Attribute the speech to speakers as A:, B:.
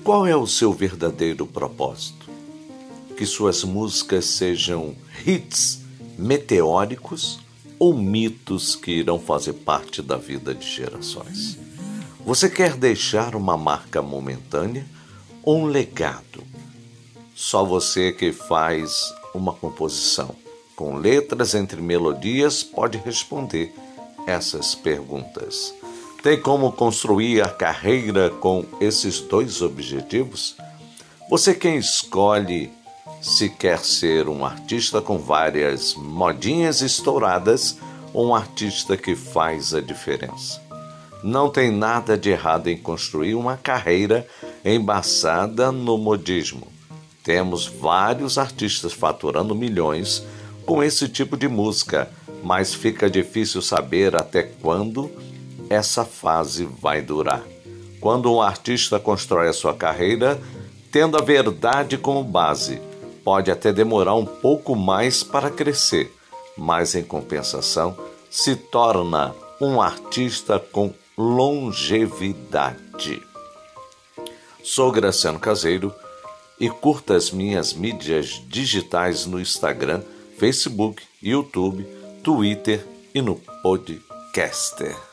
A: qual é o seu verdadeiro propósito? Que suas músicas sejam hits meteóricos ou mitos que irão fazer parte da vida de gerações? Você quer deixar uma marca momentânea ou um legado? Só você que faz uma composição com letras entre melodias pode responder essas perguntas. Tem como construir a carreira com esses dois objetivos? Você quem escolhe se quer ser um artista com várias modinhas estouradas ou um artista que faz a diferença. Não tem nada de errado em construir uma carreira embaçada no modismo. Temos vários artistas faturando milhões com esse tipo de música, mas fica difícil saber até quando essa fase vai durar. Quando um artista constrói a sua carreira, tendo a verdade como base, pode até demorar um pouco mais para crescer, mas em compensação, se torna um artista com longevidade. Sou Graciano Caseiro e curta as minhas mídias digitais no Instagram, Facebook, YouTube, Twitter e no Podcaster.